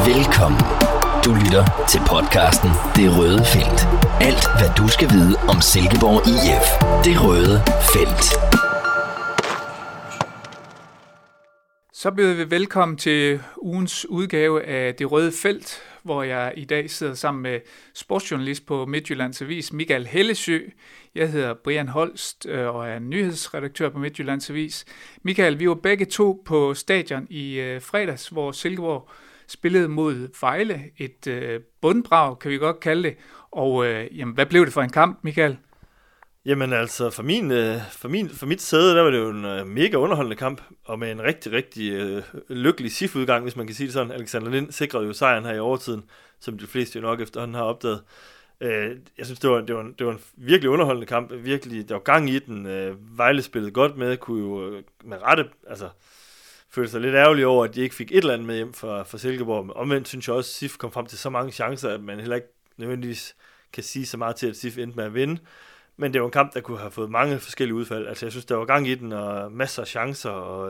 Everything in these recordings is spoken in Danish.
Velkommen. Du lytter til podcasten Det Røde Felt. Alt hvad du skal vide om Silkeborg IF. Det Røde Felt. Så byder vi velkommen til ugens udgave af Det Røde Felt, hvor jeg i dag sidder sammen med sportsjournalist på Midtjyllands Avis, Michael Hellesø. Jeg hedder Brian Holst og er nyhedsredaktør på Midtjyllands Avis. Michael, vi var begge to på stadion i fredags, hvor Silkeborg spillede mod Vejle. Et bundbrag, kan vi godt kalde det. Og jamen, hvad blev det for en kamp, Michael? Jamen altså, for mit sæde, der var det jo en mega underholdende kamp, og med en rigtig lykkelig SIF-udgang, hvis man kan sige det sådan. Alexander Lind sikrede jo sejren her i overtiden, som de fleste jo nok efterhånden har opdaget. Jeg synes, det var en virkelig underholdende kamp. Virkelig, der var gang i den. Vejle spillede godt med, kunne jo med rette føle sig lidt ærgerlig over, at de ikke fik et eller andet med hjem for Silkeborg. Men omvendt synes jeg også, at SIF kom frem til så mange chancer, at man heller ikke nødvendigvis kan sige så meget til, at SIF endte med at vinde. Men det var en kamp, der kunne have fået mange forskellige udfald. Altså jeg synes, der var gang i den, og masser af chancer, og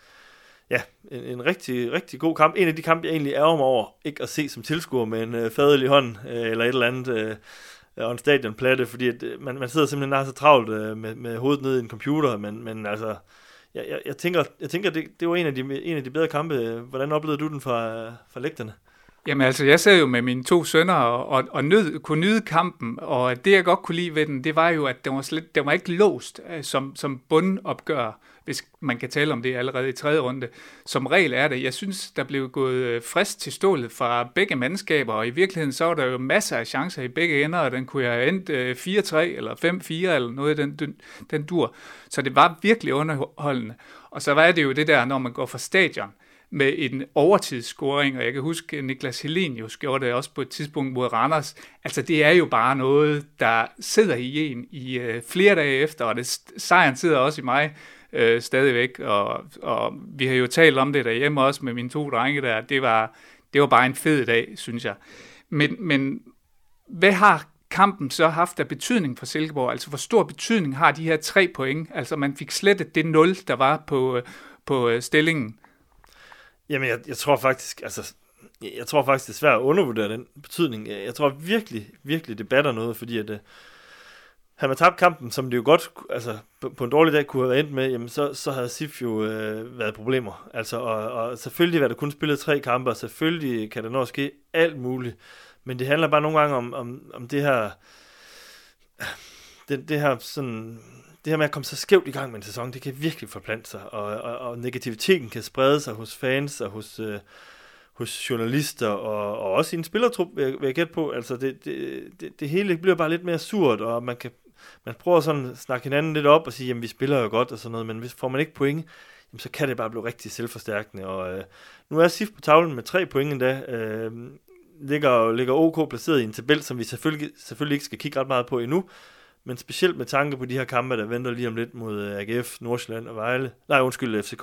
en rigtig god kamp. En af de kampe, jeg egentlig ærger mig over, ikke at se som tilskuer med en fadøl i hånden, eller et eller andet, og en stadionplatte, fordi at, man sidder simpelthen og har så travlt med hovedet nede i en computer, men altså, jeg tænker, det var en af de bedre kampe. Hvordan oplevede du den fra lægterne? Jamen altså, jeg sad jo med mine to sønner og kunne nyde kampen, og det jeg godt kunne lide ved den, det var jo, at den var ikke låst som bundopgør, hvis man kan tale om det allerede i tredje runde. Som regel er det. Jeg synes, der blev gået frisk til stålet fra begge mandskaber, og i virkeligheden så var der jo masser af chancer i begge ender, og den kunne jeg have endt 4-3 eller 5-4 eller noget af den dur. Så det var virkelig underholdende. Og så var det jo det der, når man går fra stadion med en overtidsscoring, og jeg kan huske, Niklas Helenius gjorde det også på et tidspunkt mod Randers. Altså, det er jo bare noget, der sidder i en i flere dage efter, og sejren sidder også i mig stadigvæk, og vi har jo talt om det derhjemme også med mine to drenge der. Det var bare en fed dag, synes jeg. Men hvad har kampen så haft af betydning for Silkeborg? Altså, hvor stor betydning har de her 3 point? Altså, man fik slettet det 0, der var på stillingen. Jamen, jeg tror faktisk, det er svært at undervurdere den betydning. Jeg tror virkelig, det batter noget, fordi at havde man tabt kampen, som det jo godt, altså på en dårlig dag kunne have været endt med, jamen så havde SIF jo været problemer. Altså, og selvfølgelig var der kun spillet 3 kampe, og selvfølgelig kan der nå at ske alt muligt. Men det handler bare nogle gange om det her, det her med at komme så skævt i gang med en sæson, det kan virkelig forplante sig, og negativiteten kan sprede sig hos fans og hos journalister, og også i en spillertrup, vil jeg gætte på. Altså det hele bliver bare lidt mere surt, og man prøver sådan at snakke hinanden lidt op og sige, jamen vi spiller jo godt og sådan noget, men hvis får man ikke point, jamen, så kan det bare blive rigtig selvforstærkende. Og nu er SIF på tavlen med 3 point endda, ligger OK placeret i en tabel, som vi selvfølgelig ikke skal kigge ret meget på endnu, men specielt med tanke på de her kampe, der venter lige om lidt mod AGF, Nordsjælland og Vejle. FCK.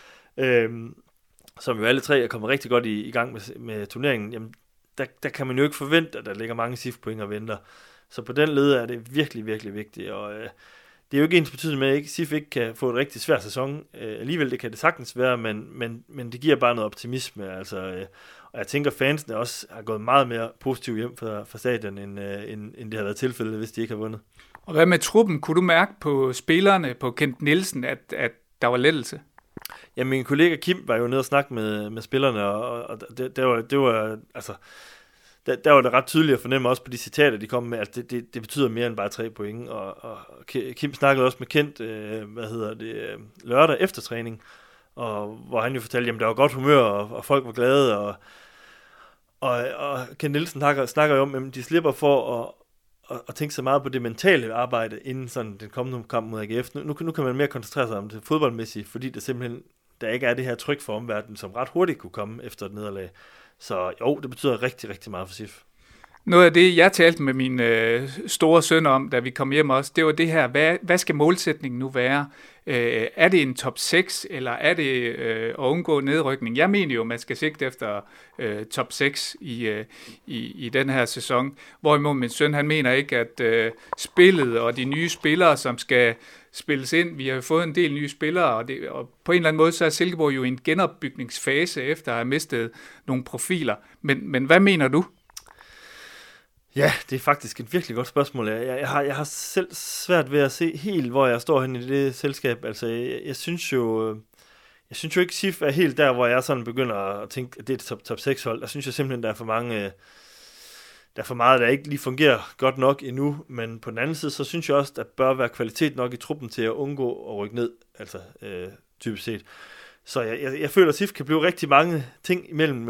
Som jo alle 3 er kommet rigtig godt i gang med turneringen. Jamen, der kan man jo ikke forvente, at der ligger mange SIF-point og venter. Så på den led er det virkelig vigtigt. Og det er jo ikke ens betydning med, at SIF ikke kan få et rigtig svær sæson. Alligevel det kan det sagtens være, men det giver bare noget optimisme. Altså, og jeg tænker, fansene også har gået meget mere positivt hjem fra stadion, end det har været tilfældet, hvis de ikke har vundet. Og hvad med truppen? Kunne du mærke på spillerne, på Kent Nielsen, at der var lettelse? Ja, min kollega Kim var jo nede og snakke med spillerne, og der var det ret tydeligt at fornemme også på de citater, de kom med, at det betyder mere end bare 3 point. Og Kim snakkede også med Kent, lørdag efter træning, og hvor han jo fortalte, at der var godt humør, og folk var glade, og Kent Nielsen snakker jo om, at de slipper for at tænke så meget på det mentale arbejde inden sådan den kommende kamp mod AGF. Nu kan man mere koncentrere sig om det fodboldmæssige, fordi det simpelthen der ikke er det her tryk for omverdenen, som ret hurtigt kunne komme efter et nederlag. Så jo, det betyder rigtig meget for SIF. Noget af det, jeg talte med mine store sønner om, da vi kom hjem også, det var det her, hvad skal målsætningen nu være? Er det en top 6, eller er det at undgå nedrykning? Jeg mener jo, man skal sigte efter top 6 i den her sæson, hvorimod min søn, han mener ikke, at spillet og de nye spillere, som skal spilles ind, vi har jo fået en del nye spillere, og på en eller anden måde, så er Silkeborg jo i en genopbygningsfase, efter at have mistet nogle profiler. Men hvad mener du? Ja, det er faktisk et virkelig godt spørgsmål. Jeg har selv svært ved at se helt, hvor jeg står hen i det selskab. Altså, jeg synes jo ikke, SIF er helt der, hvor jeg sådan begynder at tænke, at det er et top 6 hold. Der synes jeg simpelthen, der er for meget, der ikke lige fungerer godt nok endnu. Men på den anden side, så synes jeg også, der bør være kvalitet nok i truppen til at undgå at rykke ned, altså typisk set. Så jeg føler, at SIF kan blive rigtig mange ting imellem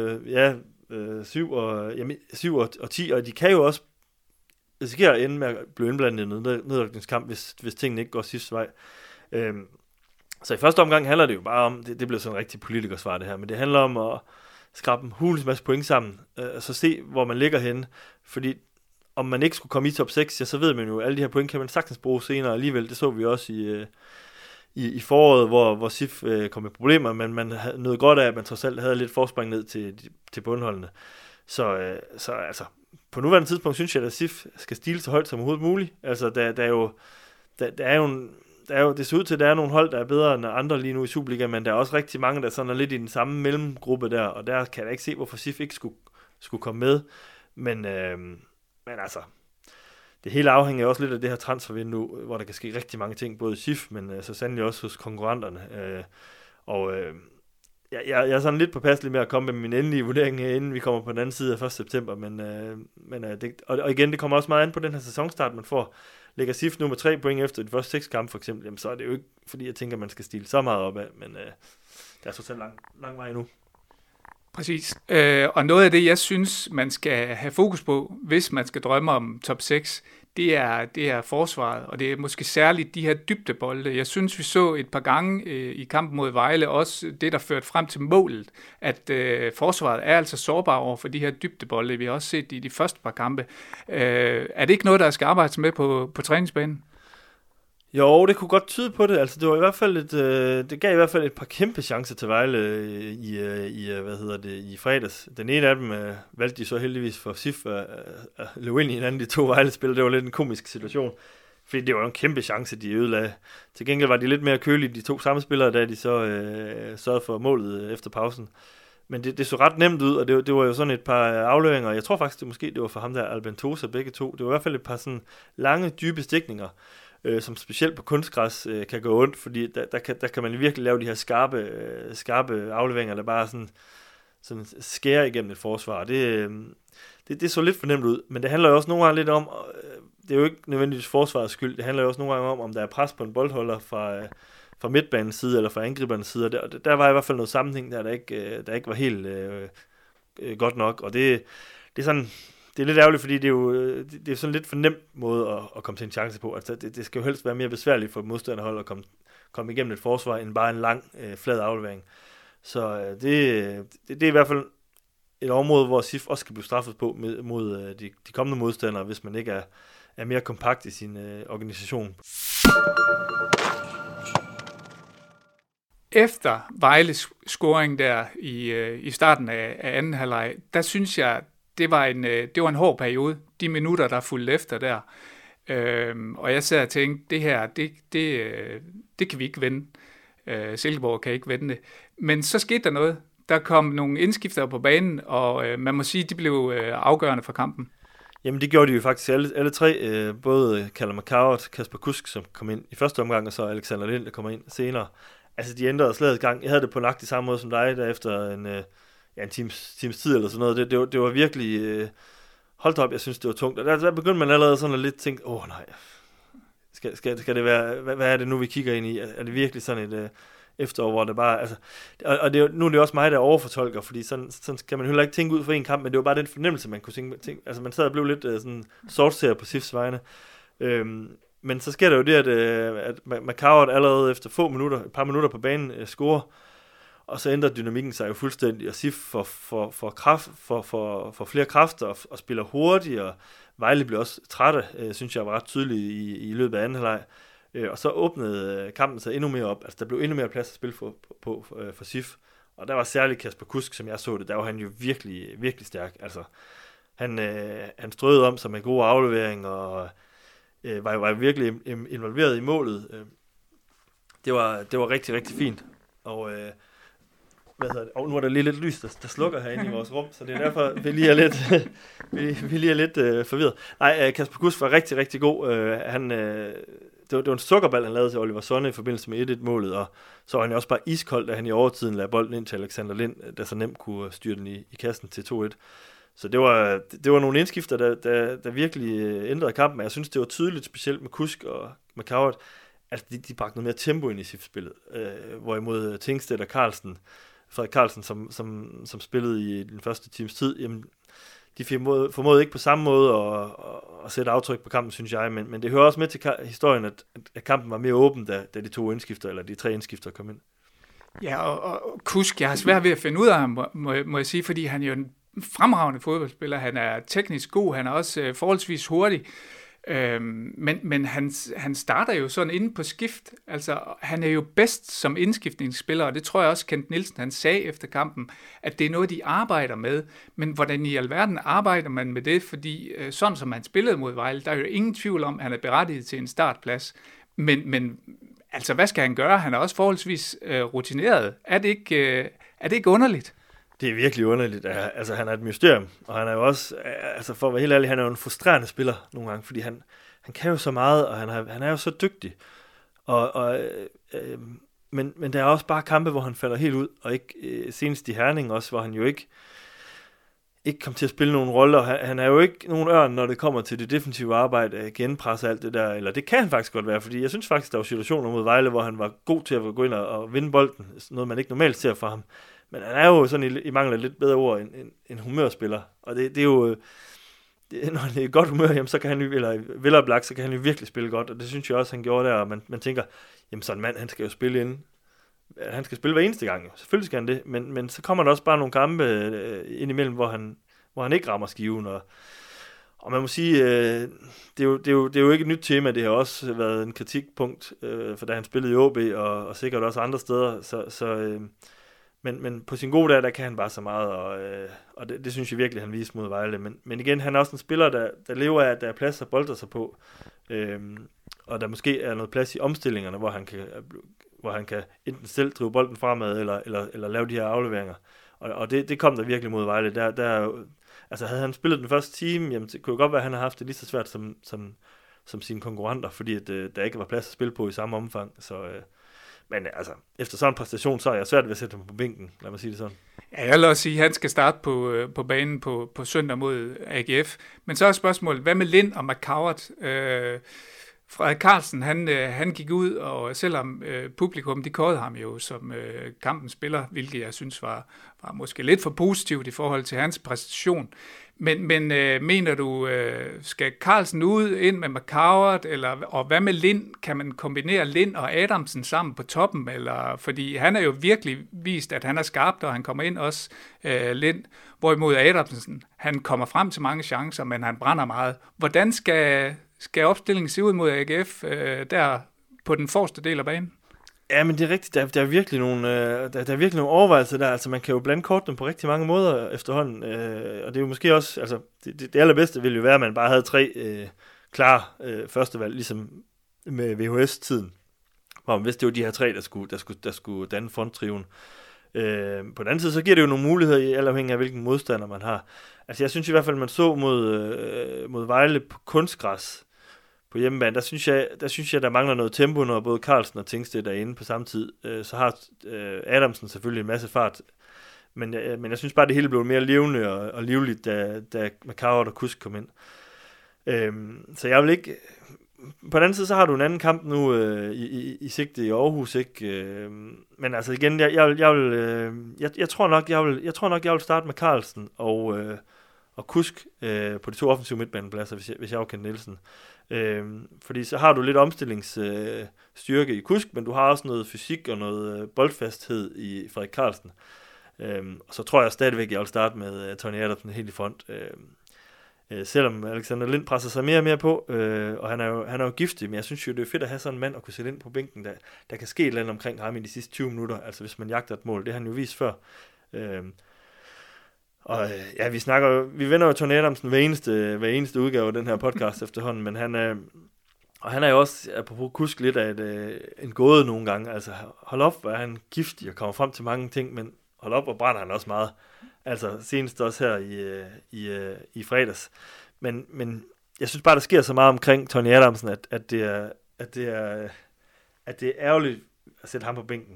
7 og 10, og de kan jo også risikere at ende med at blive indblandet i en nedrykningskamp, hvis tingene ikke går SIFs vej. Så i første omgang handler det jo bare om, det bliver sådan en rigtig politikersvar det her, men det handler om at skrabe en hulens masse point sammen, og så se, hvor man ligger henne, fordi om man ikke skulle komme i top 6, ja, så ved man jo, at alle de her point kan man sagtens bruge senere alligevel. Det så vi også i foråret, hvor SIF kom med problemer, men man nåede godt af, at man trods alt havde lidt forspring ned til bundholdene. Så altså, på nuværende tidspunkt synes jeg, at SIF skal stile så højt som overhovedet muligt. Altså, der er jo, det ser ud til, at der er nogle hold, der er bedre end andre lige nu i Superligaen, men der er også rigtig mange, der sådan er lidt i den samme mellemgruppe der, og der kan jeg ikke se, hvorfor SIF ikke skulle komme med. Men altså, det hele afhænger også lidt af det her transfervindue, hvor der kan ske rigtig mange ting, både i SIF, men så sandelig også hos konkurrenterne. Jeg er sådan lidt påpasselig med at komme med min endelige vurdering, inden vi kommer på den anden side af 1. september, og igen, det kommer også meget an på den her sæsonstart, man får. Ligger SIF nu med 3 point efter de første 6 kampe for eksempel, jamen, så er det jo ikke, fordi jeg tænker, at man skal stile så meget op af, men der er så lang vej endnu. Præcis. Og noget af det, jeg synes, man skal have fokus på, hvis man skal drømme om top 6, det er forsvaret, og det er måske særligt de her dybdebolde. Jeg synes, vi så et par gange i kampen mod Vejle, også det, der førte frem til målet, at forsvaret er altså sårbar over for de her dybdebolde. Vi har også set det i de første par kampe. Er det ikke noget, der skal arbejdes med på træningsbanen? Jo, det kunne godt tyde på det. Altså, det var i hvert fald det gav i hvert fald et par kæmpe chancer til Vejle i fredags. Den ene af dem valgte de så heldigvis for SIF at løbe ind i hinanden, de 2 Vejle-spillere. Det var lidt en komisk situation, fordi det var en kæmpe chance, de ødelagde. Til gengæld var de lidt mere kølige, de 2 samme spillere, da de så sørgede for målet efter pausen. Men det så ret nemt ud, og det var jo sådan et par afleveringer. Jeg tror faktisk, det var for ham der, Albentosa, begge 2. Det var i hvert fald et par sådan lange, dybe stikninger, som specielt på kunstgræs kan gå ondt, fordi der kan man virkelig lave de her skarpe afleveringer, der bare sådan skærer igennem et forsvar. Det så lidt for nemt ud, men det handler jo også nogle gange lidt om, det er jo ikke nødvendigvis forsvarets skyld, det handler jo også nogle gange om der er pres på en boldholder fra midtbanens side eller fra angribernes side, og der var i hvert fald noget sammenhæng der ikke var helt godt nok, og det er sådan. Det er lidt ærgerligt, fordi det er sådan lidt for nem måde at komme til en chance på. Altså, det skal jo helst være mere besværligt for et modstanderhold at komme igennem et forsvar, end bare en lang, flad aflevering. Så det er i hvert fald et område, hvor SIF også skal blive straffet på mod de kommende modstandere, hvis man ikke er mere kompakt i sin organisation. Efter Vejles scoring der i starten af anden halvleg, der synes jeg, det var en hård periode, de minutter, der fulgte efter der. Og jeg sad og tænkte, det her, det kan vi ikke vinde. Silkeborg kan ikke vinde det. Men så skete der noget. Der kom nogle indskifter på banen, og man må sige, de blev afgørende for kampen. Jamen det gjorde de jo faktisk alle 3. Både Kalle McCowart, Kasper Kusk, som kom ind i første omgang, og så Alexander Lind, der kommer ind senere. Altså de ændrede slagets gang. Jeg havde det på nøjagtig samme måde som dig, der efter en times tid eller sådan noget. Det var virkelig holdt op, jeg synes det var tungt. Og der begyndte man allerede sådan at lidt tænke, nej, skal det være, hvad er det nu vi kigger ind i? Er det virkelig sådan et efterår, hvor det bare, altså, og nu er det også mig, der overfortolker, fordi sådan kan man heller ikke tænke ud for en kamp, men det var bare den fornemmelse, man kunne tænke, altså man sad og blev lidt sådan sortseer på SIFs vegne. Men så sker der jo det, at McCowart allerede efter et par minutter på banen scorer, og så ændrer dynamikken sig jo fuldstændig, og SIF får flere kræfter og spiller hurtigt, og Vejle bliver også trætte, synes jeg var ret tydeligt i løbet af anden halvleg. Og så åbnede kampen sig endnu mere op. Altså, der blev endnu mere plads at spille for SIF. Og der var særligt Kasper Kusk, som jeg så det. Der var han jo virkelig, virkelig stærk. Altså, han strøede om sig med gode aflevering, og var virkelig involveret i målet. Det var rigtig, rigtig fint. Og nu er der lige lidt lys, der slukker herinde i vores rum, så det er derfor, vi lige er lidt forvirret. Nej, Kasper Kusk var rigtig, rigtig god. Det var en sukkerball, han lavede til Oliver Sonne i forbindelse med 1-1-målet, og så var han jo også bare iskold, da han i overtiden lagde bolden ind til Alexander Lind, der så nemt kunne styre den i kassen til 2-1. Så det var nogle indskifter, der virkelig ændrede kampen. Jeg synes, det var tydeligt, specielt med Kusk og med Coward, at de bragte noget mere tempo ind i SIF-spillet. Hvorimod Tingstedt og Frederik Carlsen, som spillede i den første times tid, jamen, de formåede ikke på samme måde at sætte aftryk på kampen, synes jeg, men det hører også med til historien, at kampen var mere åben, da de 2 indskifter, eller de 3 indskifter kom ind. Ja, og Kusk, jeg har svært ved at finde ud af ham, må jeg sige, fordi han er jo en fremragende fodboldspiller, han er teknisk god, han er også forholdsvis hurtig, men han starter jo sådan inde på skift, altså han er jo bedst som indskiftningsspiller, og det tror jeg også Kent Nielsen han sagde efter kampen, at det er noget de arbejder med, men hvordan i alverden arbejder man med det, fordi sådan som han spillede mod Vejle, der er jo ingen tvivl om, at han er berettiget til en startplads, men altså hvad skal han gøre? Han er også forholdsvis rutineret. Er det ikke underligt? Det er virkelig underligt. Altså, han er et mysterium, og han er jo også, altså for at være helt ærlig, han er jo en frustrerende spiller nogle gange, fordi han kan jo så meget, og han er jo så dygtig. Men der er også bare kampe, hvor han falder helt ud, og ikke senest i Herning også, hvor han jo ikke kom til at spille nogen rolle, og han er jo ikke nogen ørn, når det kommer til det defensive arbejde, genpresse alt det der, eller det kan han faktisk godt være, fordi jeg synes faktisk, der var situationer mod Vejle, hvor han var god til at gå ind og vinde bolden, noget man ikke normalt ser fra ham. Men han er jo sådan i mangel af lidt bedre ord en humørspiller, og det er jo, når han er i godt humør, jamen, så kan han jo, eller veloplagt, så kan han jo virkelig spille godt, og det synes jeg også, han gjorde der, og man tænker, jamen sådan en mand, han skal jo spille inden. Han skal spille hver eneste gang, jo. Selvfølgelig skal han det, men så kommer der også bare nogle kampe indimellem, hvor han ikke rammer skiven, og man må sige, det er jo ikke et nyt tema, det har også været en kritikpunkt, for da han spillede i OB, og sikkert også andre steder, men på sin gode dag, der kan han bare så meget, og det synes jeg virkelig, han viser mod Vejle. Men igen, han er også en spiller, der lever af, at der er plads at bolde sig på, og der måske er noget plads i omstillingerne, hvor han kan enten selv drive bolden fremad, eller lave de her afleveringer. Og det kom der virkelig mod Vejle. Altså havde han spillet den første time, jamen det kunne godt være, at han har haft det lige så svært som sine konkurrenter, fordi at, der ikke var plads at spille på i samme omfang, så... Men altså, efter sådan en præstation, så er jeg svært ved at sætte ham på bænken, lad mig sige det sådan. Ja, jeg vil også sige, at han skal starte på banen på søndag mod AGF. Men så er spørgsmålet, hvad med Lind og McCoward? Frederik Carlsen, han gik ud, og selvom publikum, de kårede ham jo som kampens spiller, hvilket jeg synes var måske lidt for positivt i forhold til hans præstation. Men mener du, skal Carlsen ud ind med McCoward, og hvad med Lind? Kan man kombinere Lind og Adamsen sammen på toppen? Eller, fordi han er jo virkelig vist, at han er skarp, og han kommer ind også Lind. Hvorimod Adamsen, han kommer frem til mange chancer, men han brænder meget. Hvordan skal opstillingen se ud mod AGF der på den forreste del af banen? Ja, men det er rigtigt. Der er virkelig nogle overvejelser der. Altså, man kan jo blande kortene på rigtig mange måder efterhånden. Og det er jo måske også... Altså, det allerbedste ville jo være, at man bare havde 3 klare førstevalg, ligesom med VHS-tiden. Hvor man vidste, det var de her 3, der skulle danne fronttriven. På den anden side, så giver det jo nogle muligheder i afhængig af, hvilken modstander man har. Altså, jeg synes i hvert fald, man så mod Vejle på kunstgræs på hjemmebane, der synes jeg, der mangler noget tempo, når både Carlsen og Tingstedt er inde på samme tid. Så har Adamsen selvfølgelig en masse fart, men jeg synes bare, det hele blev mere levende og livligt, da McCoward og Kusk kom ind. Så jeg vil ikke... På den anden side, så har du en anden kamp nu i sigte i Aarhus, ikke? Men altså igen, jeg tror nok, jeg vil starte med Carlsen og Kusk på de 2 offensive midtbanepladser, hvis jeg var Kent Nielsen. Fordi så har du lidt omstillingsstyrke i Kusk, men du har også noget fysik og noget boldfasthed i Frederik Carlsen. Og så tror jeg stadigvæk, jeg vil starte med Tony Adamsen helt i front. Selvom Alexander Lind presser sig mere og mere på, og han er jo giftig, men jeg synes jo, det er fedt at have sådan en mand at kunne sætte ind på bænken, der kan ske et eller andet omkring ham i de sidste 20 minutter, altså hvis man jagter et mål. Det har han jo vist før. Vi vender jo Tony Adamsen hver eneste udgave af den her podcast efterhånden, men han er jo også, apropos kusk, lidt af en gåde nogle gange. Altså, hold op, hvor er han giftig og kommer frem til mange ting, men hold op, hvor brænder han også meget. Altså, senest også her i fredags. Men jeg synes bare, der sker så meget omkring Tony Adamsen, at det er ærgerligt at sætte ham på bænken.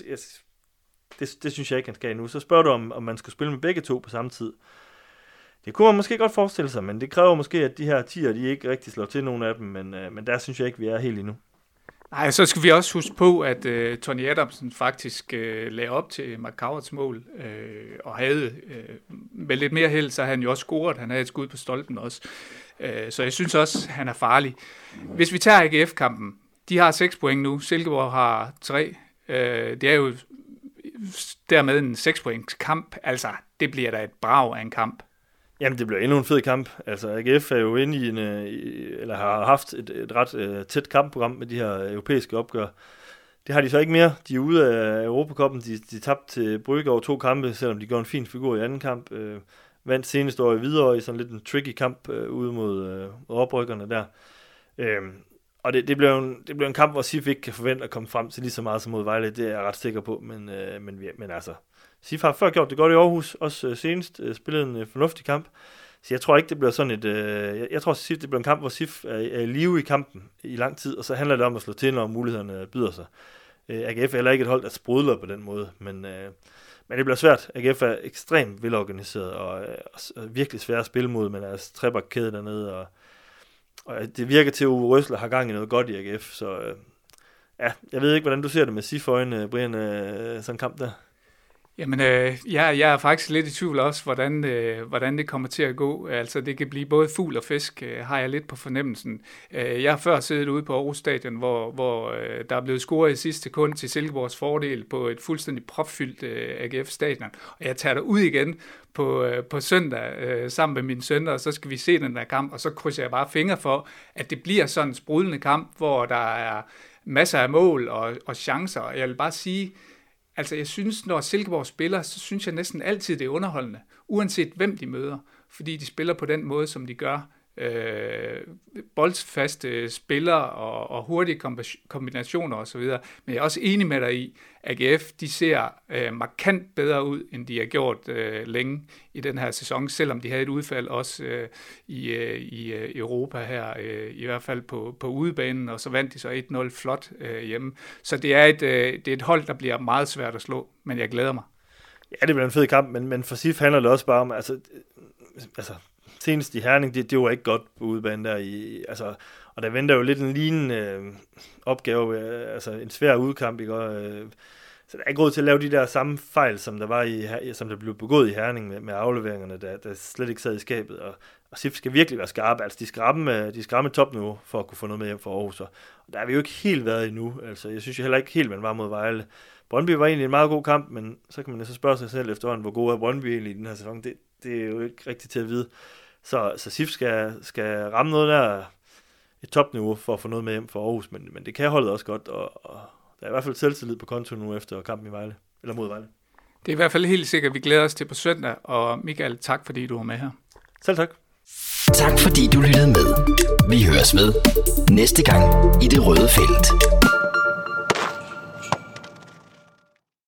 Det synes jeg ikke, han skal endnu. Så spørger du, om man skulle spille med begge to på samme tid. Det kunne man måske godt forestille sig, men det kræver måske, at de her 10'er, de ikke rigtig slår til nogen af dem, men der synes jeg ikke, vi er helt endnu. Nej, så skal vi også huske på, at Tony Adamsen faktisk lagde op til McCowards mål, og havde med lidt mere held, så havde han jo også scoret. Han havde et skud på stolpen også. Så jeg synes også, han er farlig. Hvis vi tager AGF-kampen, de har 6 point nu, Silkeborg har 3. Det er jo dermed en 6-points kamp. Altså, det bliver da et brag af en kamp. Jamen, det bliver endnu en fed kamp. Altså, AGF er jo inde eller har haft et ret tæt kampprogram med de her europæiske opgør. Det har de så ikke mere. De er ude af Europacuppen. De tabte til Brygge over 2 kampe, selvom de gjorde en fin figur i anden kamp. Vandt seneste år i Hvidovre i sådan lidt en tricky kamp ude mod oprykkerne der. Og det blev en kamp, hvor SIF ikke kan forvente at komme frem til lige så meget som mod Vejle. Det er jeg ret sikker på, men altså, SIF har før gjort det godt i Aarhus, også senest spillet en fornuftig kamp. Så jeg tror ikke, det bliver sådan jeg tror, SIF, det bliver en kamp, hvor SIF er i live i kampen i lang tid, og så handler det om at slå til, når mulighederne byder sig. AGF er heller ikke et hold, der sprudler på den måde, men det bliver svært. AGF er ekstremt velorganiseret og virkelig svært at spille mod, men altså trebakkæde dernede, og det virker til, at Uwe Røsler har gang i noget godt i AGF, så jeg ved ikke, hvordan du ser det med SIF-øjne, Brian, sådan en kamp der. Jamen, jeg er faktisk lidt i tvivl også, hvordan det kommer til at gå. Altså, det kan blive både fugl og fisk, har jeg lidt på fornemmelsen. Jeg har før siddet ude på Aarhus Stadion, hvor der er blevet scoret i sidste sekund til Silkeborgs fordel på et fuldstændig propfyldt AGF-stadion. Og jeg tager det ud igen på søndag sammen med mine sønner, og så skal vi se den der kamp, og så krydser jeg bare fingre for, at det bliver sådan en sprudlende kamp, hvor der er masser af mål og chancer. Og jeg vil bare sige, altså jeg synes, når Silkeborg spiller, så synes jeg næsten altid, det er underholdende, uanset hvem de møder, fordi de spiller på den måde, som de gør. Boldfaste spillere og hurtige kombinationer osv. Men jeg er også enig med dig i, at AGF de ser markant bedre ud, end de har gjort længe i den her sæson, selvom de havde et udfald også i Europa her, i hvert fald på udebanen, og så vandt de så 1-0 flot hjemme. Så det er et hold, der bliver meget svært at slå, men jeg glæder mig. Ja, det bliver en fed kamp, men for SIF handler det også bare om, altså senest i Herning, det var ikke godt på udebanen der og der venter jo lidt en lignende opgave, altså en svær udkamp, ikke? Så der er ikke råd til at lave de der samme fejl, som der blev begået i Herning med afleveringerne, der slet ikke sad i skabet, og SIF skal virkelig være skarpe, altså de skal ramme topniveau for at kunne få noget med hjem for Aarhus, og der har vi jo ikke helt været endnu, altså jeg synes jo heller ikke helt, man var mod Vejle. Brøndby var egentlig en meget god kamp, men så kan man jo så spørge sig selv efterhånden, hvor god er Brøndby egentlig i den her sæson, det er jo ikke rigtigt til at vide. Så SIF skal ramme noget der, et topniveau for at få noget med hjem for Aarhus, men det kan holdet også godt, og der er i hvert fald selvtillid på konto nu efter kampen i Vejle, eller mod Vejle. Det er i hvert fald helt sikkert, vi glæder os til på søndag, og Michael, tak fordi du var med her. Selv tak. Tak fordi du lyttede med. Vi høres ved næste gang i Det Røde Felt.